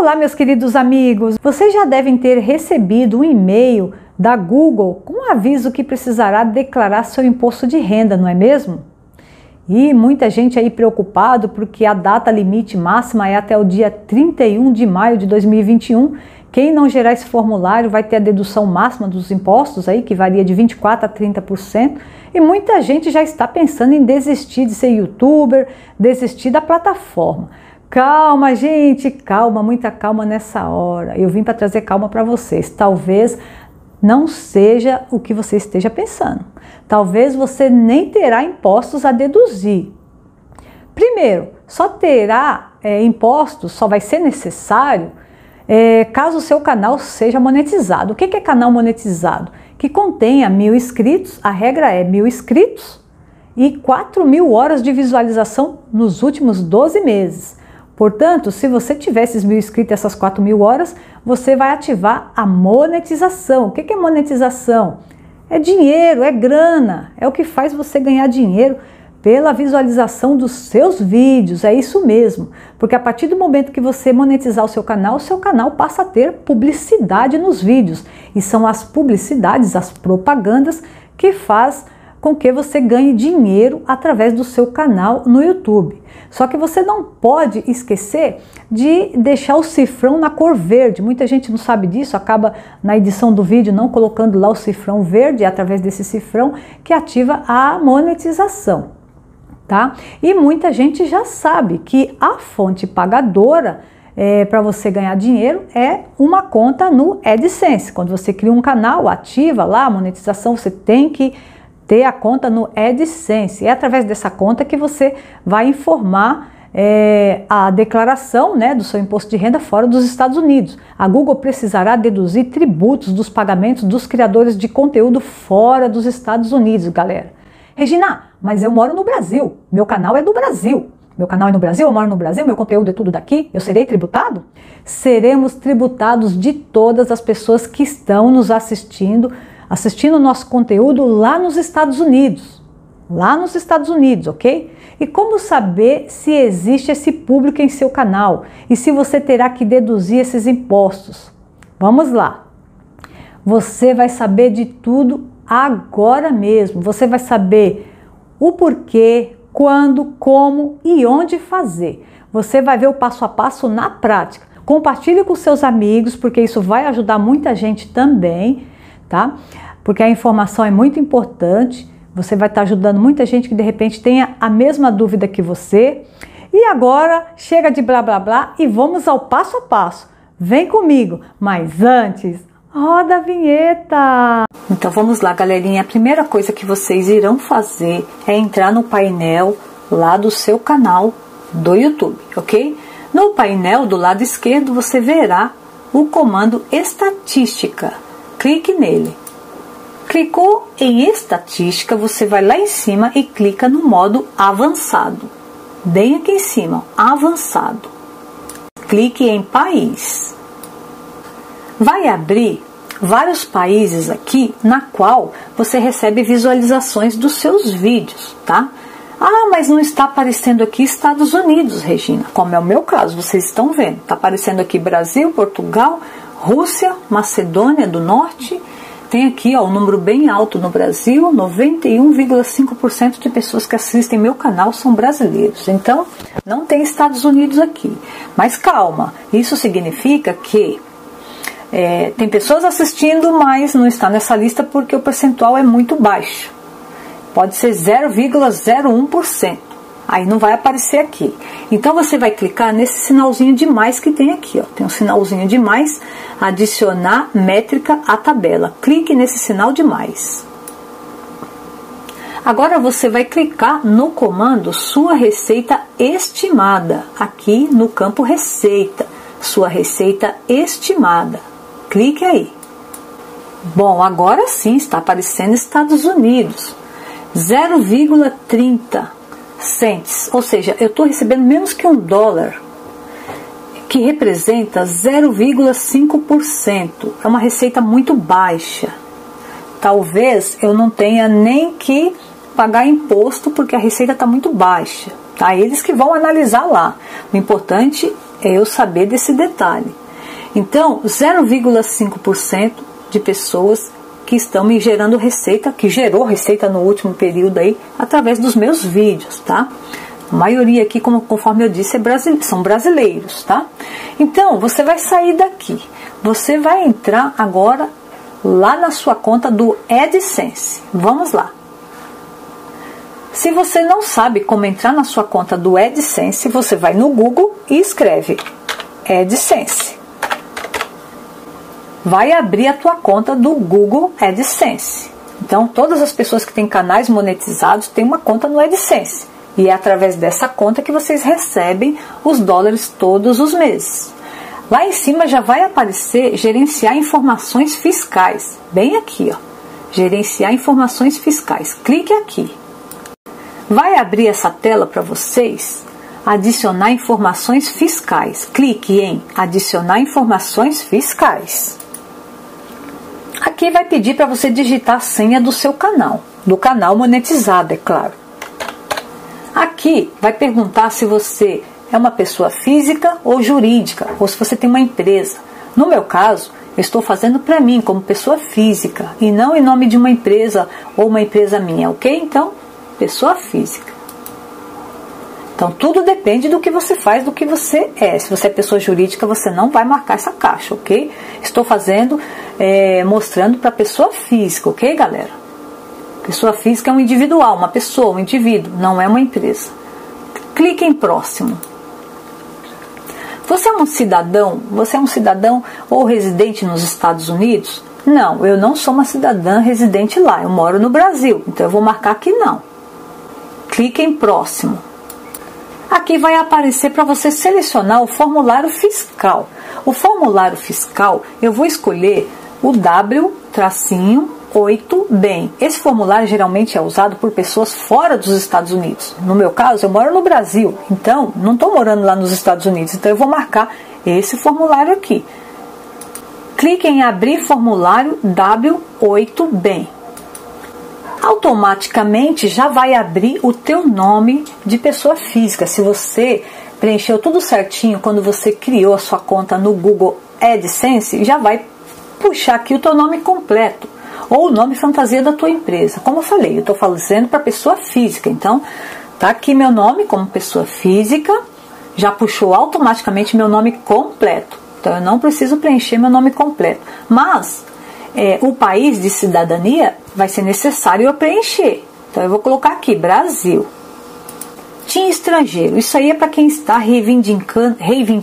Olá, meus queridos amigos! Vocês já devem ter recebido um e-mail da Google com um aviso que precisará declarar seu imposto de renda, não é mesmo? E muita gente aí preocupado porque a data limite máxima é até o dia 31 de maio de 2021. Quem não gerar esse formulário vai ter a dedução máxima dos impostos aí, que varia de 24% a 30%. E muita gente já está pensando em desistir de ser youtuber, desistir da plataforma. Calma, gente, calma, muita calma nessa hora. Eu vim para trazer calma para vocês. Talvez não seja o que você esteja pensando. Talvez você nem terá impostos a deduzir. Primeiro, só terá impostos, só vai ser necessário caso o seu canal seja monetizado. O que é canal monetizado? Que contenha 1000 inscritos, a regra é 1000 inscritos e 4.000 horas de visualização nos últimos 12 meses. Portanto, se você tiver esses 1000 inscritos, essas 4.000 horas, você vai ativar a monetização. O que é monetização? É dinheiro, é grana, é o que faz você ganhar dinheiro pela visualização dos seus vídeos, é isso mesmo. Porque a partir do momento que você monetizar o seu canal passa a ter publicidade nos vídeos. E são as publicidades, as propagandas que faz com que você ganhe dinheiro através do seu canal no YouTube. Só que você não pode esquecer de deixar o cifrão na cor verde. Muita gente não sabe disso, acaba na edição do vídeo não colocando lá o cifrão verde, é através desse cifrão que ativa a monetização, tá? E muita gente já sabe que a fonte pagadora para você ganhar dinheiro é uma conta no AdSense. Quando você cria um canal, ativa lá a monetização, você tem que ter a conta no AdSense. É através dessa conta que você vai informar a declaração, né, do seu imposto de renda fora dos Estados Unidos. A Google precisará deduzir tributos dos pagamentos dos criadores de conteúdo fora dos Estados Unidos, galera. Regina, mas eu moro no Brasil, meu canal é do Brasil. Meu canal é no Brasil, eu moro no Brasil, meu conteúdo é tudo daqui, eu serei tributado? Seremos tributados de todas as pessoas que estão nos assistindo o nosso conteúdo lá nos Estados Unidos. Lá nos Estados Unidos, ok? E como saber se existe esse público em seu canal? E se você terá que deduzir esses impostos? Vamos lá. Você vai saber de tudo agora mesmo. Você vai saber o porquê, quando, como e onde fazer. Você vai ver o passo a passo na prática. Compartilhe com seus amigos, porque isso vai ajudar muita gente também, tá? Porque a informação é muito importante, você vai estar ajudando muita gente que de repente tenha a mesma dúvida que você. E agora, chega de blá blá blá e vamos ao passo a passo. Vem comigo, mas antes, roda a vinheta! Então vamos lá, galerinha. A primeira coisa que vocês irão fazer é entrar no painel lá do seu canal do YouTube, ok? No painel do lado esquerdo você verá o comando estatística. Clique nele. Clicou em estatística, você vai lá em cima e clica no modo avançado. Bem aqui em cima, avançado. Clique em país. Vai abrir vários países aqui na qual você recebe visualizações dos seus vídeos, tá? Ah, mas não está aparecendo aqui Estados Unidos, Regina, como é o meu caso, vocês estão vendo. Está aparecendo aqui Brasil, Portugal, Rússia, Macedônia do Norte. Tem aqui ó, um número bem alto no Brasil, 91,5% de pessoas que assistem meu canal são brasileiros. Então, não tem Estados Unidos aqui. Mas calma, isso significa que tem pessoas assistindo, mas não está nessa lista porque o percentual é muito baixo. Pode ser 0,01%. Aí não vai aparecer aqui. Então você vai clicar nesse sinalzinho de mais que tem aqui, ó. Tem um sinalzinho de mais, adicionar métrica à tabela. Clique nesse sinal de mais. Agora você vai clicar no comando sua receita estimada, aqui no campo receita, sua receita estimada. Clique aí. Bom, agora sim está aparecendo Estados Unidos, 0,30 cents, ou seja, eu estou recebendo menos que $1, que representa 0,5%. É uma receita muito baixa. Talvez eu não tenha nem que pagar imposto porque a receita está muito baixa. Tá? Eles que vão analisar lá. O importante é eu saber desse detalhe. Então, 0,5% de pessoas que estão me gerando receita, que gerou receita no último período aí, através dos meus vídeos, tá? A maioria aqui, conforme eu disse, são brasileiros, tá? Então, você vai sair daqui. Você vai entrar agora lá na sua conta do AdSense. Vamos lá. Se você não sabe como entrar na sua conta do AdSense, você vai no Google e escreve AdSense. Vai abrir a tua conta do Google AdSense. Então, todas as pessoas que têm canais monetizados têm uma conta no AdSense. E é através dessa conta que vocês recebem os dólares todos os meses. Lá em cima já vai aparecer gerenciar informações fiscais. Bem aqui, ó. Gerenciar informações fiscais. Clique aqui. Vai abrir essa tela para vocês. Adicionar informações fiscais. Clique em adicionar informações fiscais. Aqui vai pedir para você digitar a senha do seu canal. Do canal monetizado, é claro. Aqui vai perguntar se você é uma pessoa física ou jurídica, ou se você tem uma empresa. No meu caso, eu estou fazendo para mim como pessoa física e não em nome de uma empresa ou uma empresa minha, ok? Então, pessoa física. Então, tudo depende do que você faz, do que você é. Se você é pessoa jurídica, você não vai marcar essa caixa, ok? Estou fazendo, mostrando para pessoa física, ok, galera? Pessoa física é um individual, uma pessoa, um indivíduo, não é uma empresa. Clique em próximo. Você é um cidadão? Você é um cidadão ou residente nos Estados Unidos? Não, eu não sou uma cidadã residente lá, eu moro no Brasil, então eu vou marcar que não. Clique em próximo. Aqui vai aparecer para você selecionar o formulário fiscal. O formulário fiscal, eu vou escolher o W-8BEM. Esse formulário geralmente é usado por pessoas fora dos Estados Unidos. No meu caso, eu moro no Brasil, então não estou morando lá nos Estados Unidos, então eu vou marcar esse formulário aqui. Clique em abrir formulário W-8BEM. Automaticamente já vai abrir o teu nome de pessoa física. Se você preencheu tudo certinho quando você criou a sua conta no Google AdSense, já vai puxar aqui o teu nome completo ou o nome fantasia da tua empresa. Como eu falei, eu estou fazendo para pessoa física, então tá aqui meu nome como pessoa física, já puxou automaticamente meu nome completo, então eu não preciso preencher meu nome completo, mas o país de cidadania vai ser necessário eu preencher, então eu vou colocar aqui Brasil. TIM estrangeiro, isso aí é para quem está reivindicando,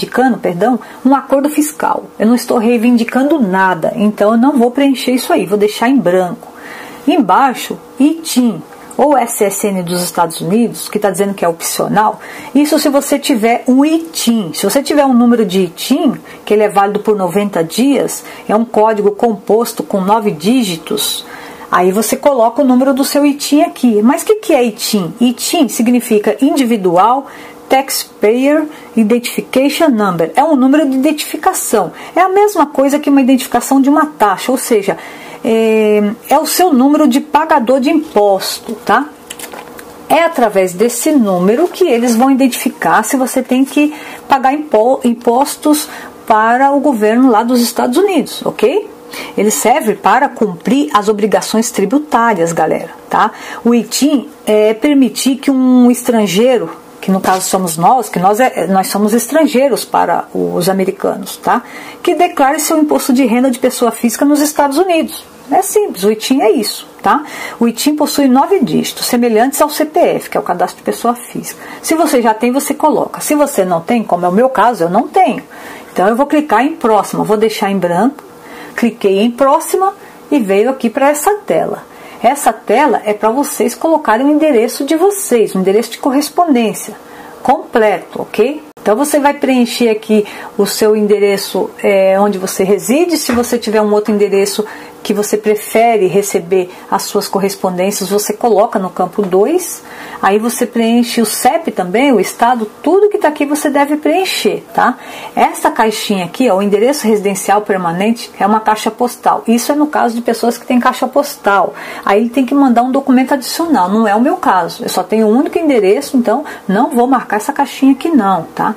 um acordo fiscal. Eu não estou reivindicando nada, então eu não vou preencher isso aí, vou deixar em branco. Embaixo, ITIN, ou SSN dos Estados Unidos, que está dizendo que é opcional, isso se você tiver um ITIN. Se você tiver um número de ITIN, que ele é válido por 90 dias, é um código composto com 9 dígitos, aí você coloca o número do seu ITIN aqui. Mas o que é ITIN? ITIN significa Individual Taxpayer Identification Number. É um número de identificação. É a mesma coisa que uma identificação de uma taxa, ou seja, é o seu número de pagador de imposto, tá? É através desse número que eles vão identificar se você tem que pagar impostos para o governo lá dos Estados Unidos, ok? Ele serve para cumprir as obrigações tributárias, galera, tá? O ITIN é permitir que um estrangeiro, que no caso somos nós, que nós somos estrangeiros para os americanos, tá? Que declare seu imposto de renda de pessoa física nos Estados Unidos. É simples, o ITIN é isso, tá? O ITIN possui 9 dígitos, semelhantes ao CPF, que é o cadastro de pessoa física. Se você já tem, você coloca. Se você não tem, como é o meu caso, eu não tenho. Então eu vou clicar em próxima, vou deixar em branco. Cliquei em próxima e veio aqui para essa tela. Essa tela é para vocês colocarem o endereço de vocês, o endereço de correspondência completo, ok? Então você vai preencher aqui o seu endereço onde você reside. Se você tiver um outro endereço que você prefere receber as suas correspondências, você coloca no campo 2. Aí você preenche o CEP também, o estado, tudo que está aqui você deve preencher, tá? Essa caixinha aqui, ó, o endereço residencial permanente, é uma caixa postal. Isso é no caso de pessoas que têm caixa postal. Aí ele tem que mandar um documento adicional, não é o meu caso. Eu só tenho um único endereço, então não vou marcar essa caixinha aqui não, tá?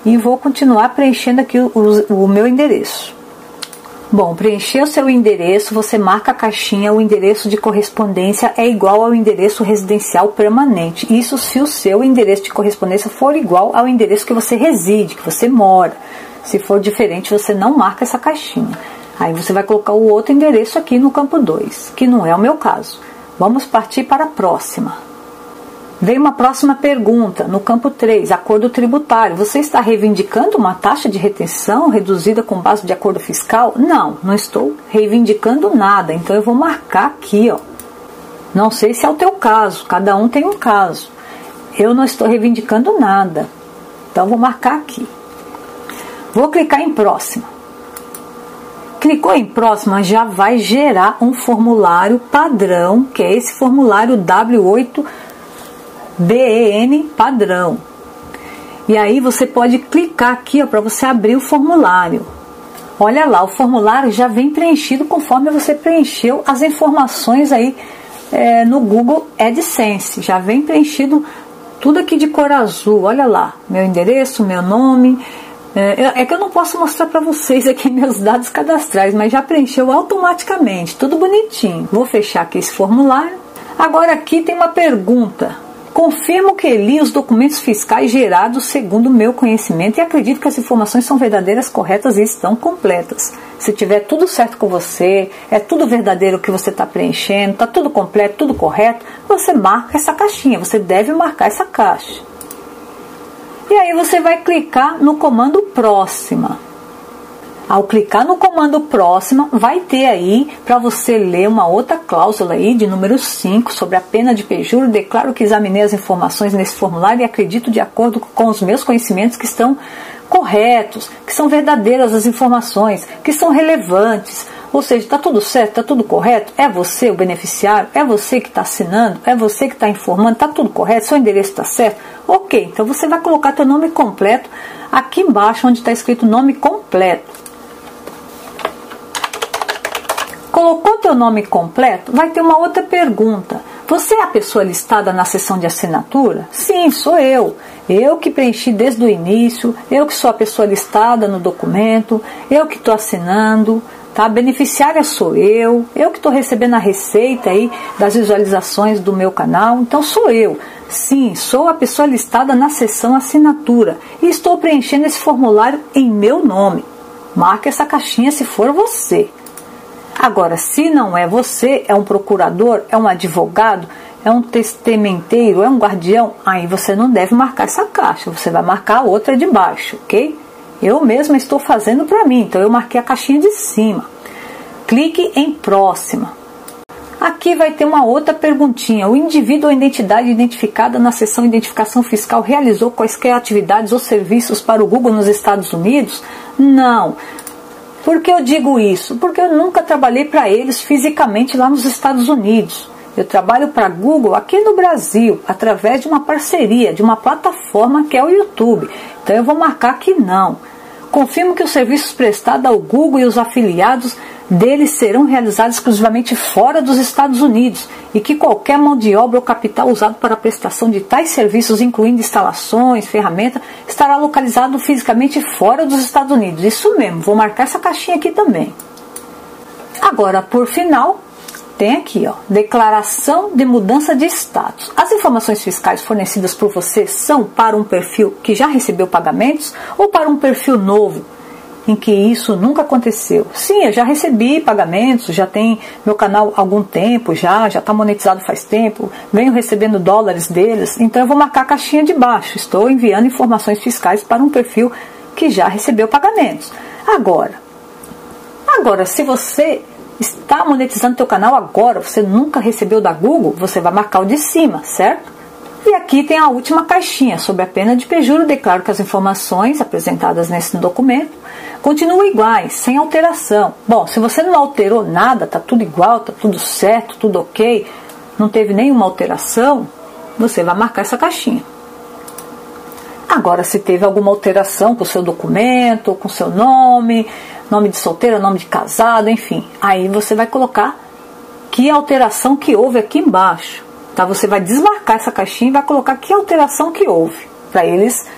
e vou continuar preenchendo aqui o meu endereço. Bom, preencher o seu endereço, você marca a caixinha, o endereço de correspondência é igual ao endereço residencial permanente. Isso se o seu endereço de correspondência for igual ao endereço que você reside, que você mora. Se for diferente, você não marca essa caixinha. Aí você vai colocar o outro endereço aqui no campo 2, que não é o meu caso. Vamos partir para a próxima. Vem uma próxima pergunta, no campo 3, acordo tributário. Você está reivindicando uma taxa de retenção reduzida com base de acordo fiscal? Não, não estou reivindicando nada, então eu vou marcar aqui, ó. Não sei se é o teu caso, cada um tem um caso. Eu não estou reivindicando nada, então vou marcar aqui. Vou clicar em próxima. Clicou em próxima, já vai gerar um formulário padrão, que é esse formulário W8BEN padrão. E aí você pode clicar aqui para você abrir o formulário. Olha lá, o formulário já vem preenchido conforme você preencheu as informações aí no Google AdSense. Já vem preenchido tudo aqui de cor azul. Olha lá, meu endereço, meu nome. É que eu não posso mostrar para vocês aqui meus dados cadastrais, mas já preencheu automaticamente, tudo bonitinho. Vou fechar aqui esse formulário. Agora aqui tem uma pergunta. Confirmo que li os documentos fiscais gerados segundo o meu conhecimento e acredito que as informações são verdadeiras, corretas e estão completas. Se tiver tudo certo com você, é tudo verdadeiro o que você está preenchendo, está tudo completo, tudo correto, você marca essa caixinha, você deve marcar essa caixa. E aí você vai clicar no comando próxima. Ao clicar no comando próxima, vai ter aí para você ler uma outra cláusula aí de número 5 sobre a pena de perjúrio. Declaro que examinei as informações nesse formulário e acredito de acordo com os meus conhecimentos que estão corretos, que são verdadeiras as informações, que são relevantes. Ou seja, está tudo certo, está tudo correto? É você o beneficiário? É você que está assinando? É você que está informando? Está tudo correto? Seu endereço está certo? Ok, então você vai colocar seu nome completo aqui embaixo onde está escrito nome completo. Colocou teu nome completo, vai ter uma outra pergunta. Você é a pessoa listada na seção de assinatura? Sim, sou eu. Eu que preenchi desde o início, eu que sou a pessoa listada no documento, eu que estou assinando, tá? A beneficiária sou eu que estou recebendo a receita aí das visualizações do meu canal, então sou eu. Sim, sou a pessoa listada na seção assinatura e estou preenchendo esse formulário em meu nome. Marque essa caixinha se for você. Agora, se não é você, é um procurador, é um advogado, é um testamenteiro, é um guardião, aí você não deve marcar essa caixa, você vai marcar a outra de baixo, ok? Eu mesma estou fazendo para mim, então eu marquei a caixinha de cima. Clique em próxima. Aqui vai ter uma outra perguntinha. O indivíduo ou entidade identificada na seção Identificação Fiscal realizou quaisquer atividades ou serviços para o Google nos Estados Unidos? Não. Por que eu digo isso? Porque eu nunca trabalhei para eles fisicamente lá nos Estados Unidos. Eu trabalho para a Google aqui no Brasil, através de uma parceria, de uma plataforma que é o YouTube. Então eu vou marcar que não. Confirmo que os serviços prestados ao Google e os afiliados deles serão realizados exclusivamente fora dos Estados Unidos e que qualquer mão de obra ou capital usado para a prestação de tais serviços, incluindo instalações, ferramentas, estará localizado fisicamente fora dos Estados Unidos. Isso mesmo, vou marcar essa caixinha aqui também. Agora, por final, tem aqui, ó, declaração de mudança de status. As informações fiscais fornecidas por você são para um perfil que já recebeu pagamentos ou para um perfil novo, em que isso nunca aconteceu? Sim, eu já recebi pagamentos, já tem meu canal há algum tempo, já está monetizado faz tempo, venho recebendo dólares deles, então eu vou marcar a caixinha de baixo. Estou enviando informações fiscais para um perfil que já recebeu pagamentos. Agora, se você está monetizando teu canal agora, você nunca recebeu da Google, você vai marcar o de cima, certo? E aqui tem a última caixinha, sobre a pena de perjúrio, declaro que as informações apresentadas nesse documento continuam iguais, sem alteração. Bom, se você não alterou nada, está tudo igual, está tudo certo, tudo ok, não teve nenhuma alteração, você vai marcar essa caixinha. Agora, se teve alguma alteração com o seu documento, com o seu nome, nome de solteiro, nome de casado, enfim, aí você vai colocar que alteração que houve aqui embaixo. Tá? Você vai desmarcar essa caixinha e vai colocar que alteração que houve, para eles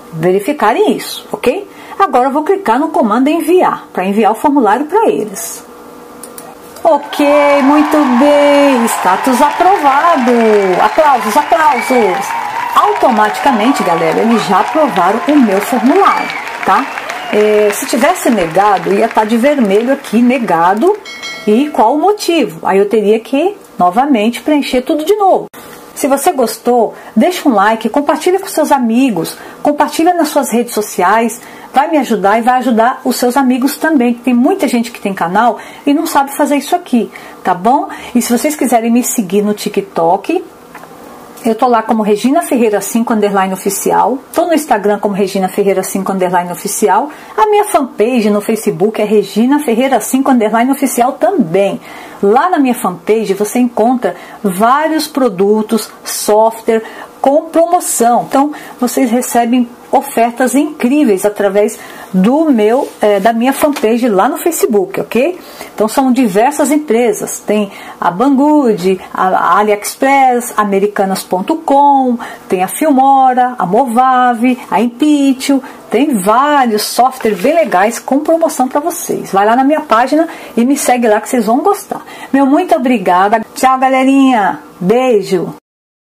verificarem isso, ok? Agora eu vou clicar no comando enviar, para enviar o formulário para eles. Ok, muito bem, status aprovado. Aplausos, aplausos. Automaticamente, galera, eles já aprovaram o meu formulário, tá? Se tivesse negado, ia estar de vermelho aqui, negado, e qual o motivo? Aí eu teria que, novamente, preencher tudo de novo. Se você gostou, deixa um like, compartilha com seus amigos, compartilha nas suas redes sociais, vai me ajudar e vai ajudar os seus amigos também, que tem muita gente que tem canal e não sabe fazer isso aqui, tá bom? E se vocês quiserem me seguir no TikTok, eu tô lá como Regina Ferreira 5 _ oficial, tô no Instagram como Regina Ferreira 5 _ oficial, a minha fanpage no Facebook é Regina Ferreira 5 _ oficial também. Lá na minha fanpage você encontra vários produtos, software com promoção. Então vocês recebem ofertas incríveis através da minha fanpage lá no Facebook, ok? Então são diversas empresas, tem a Banggood, a AliExpress, Americanas.com, tem a Filmora, a Movave, a Impitio, tem vários softwares bem legais com promoção para vocês. Vai lá na minha página e me segue lá que vocês vão gostar. Meu muito obrigada. Tchau, galerinha. Beijo.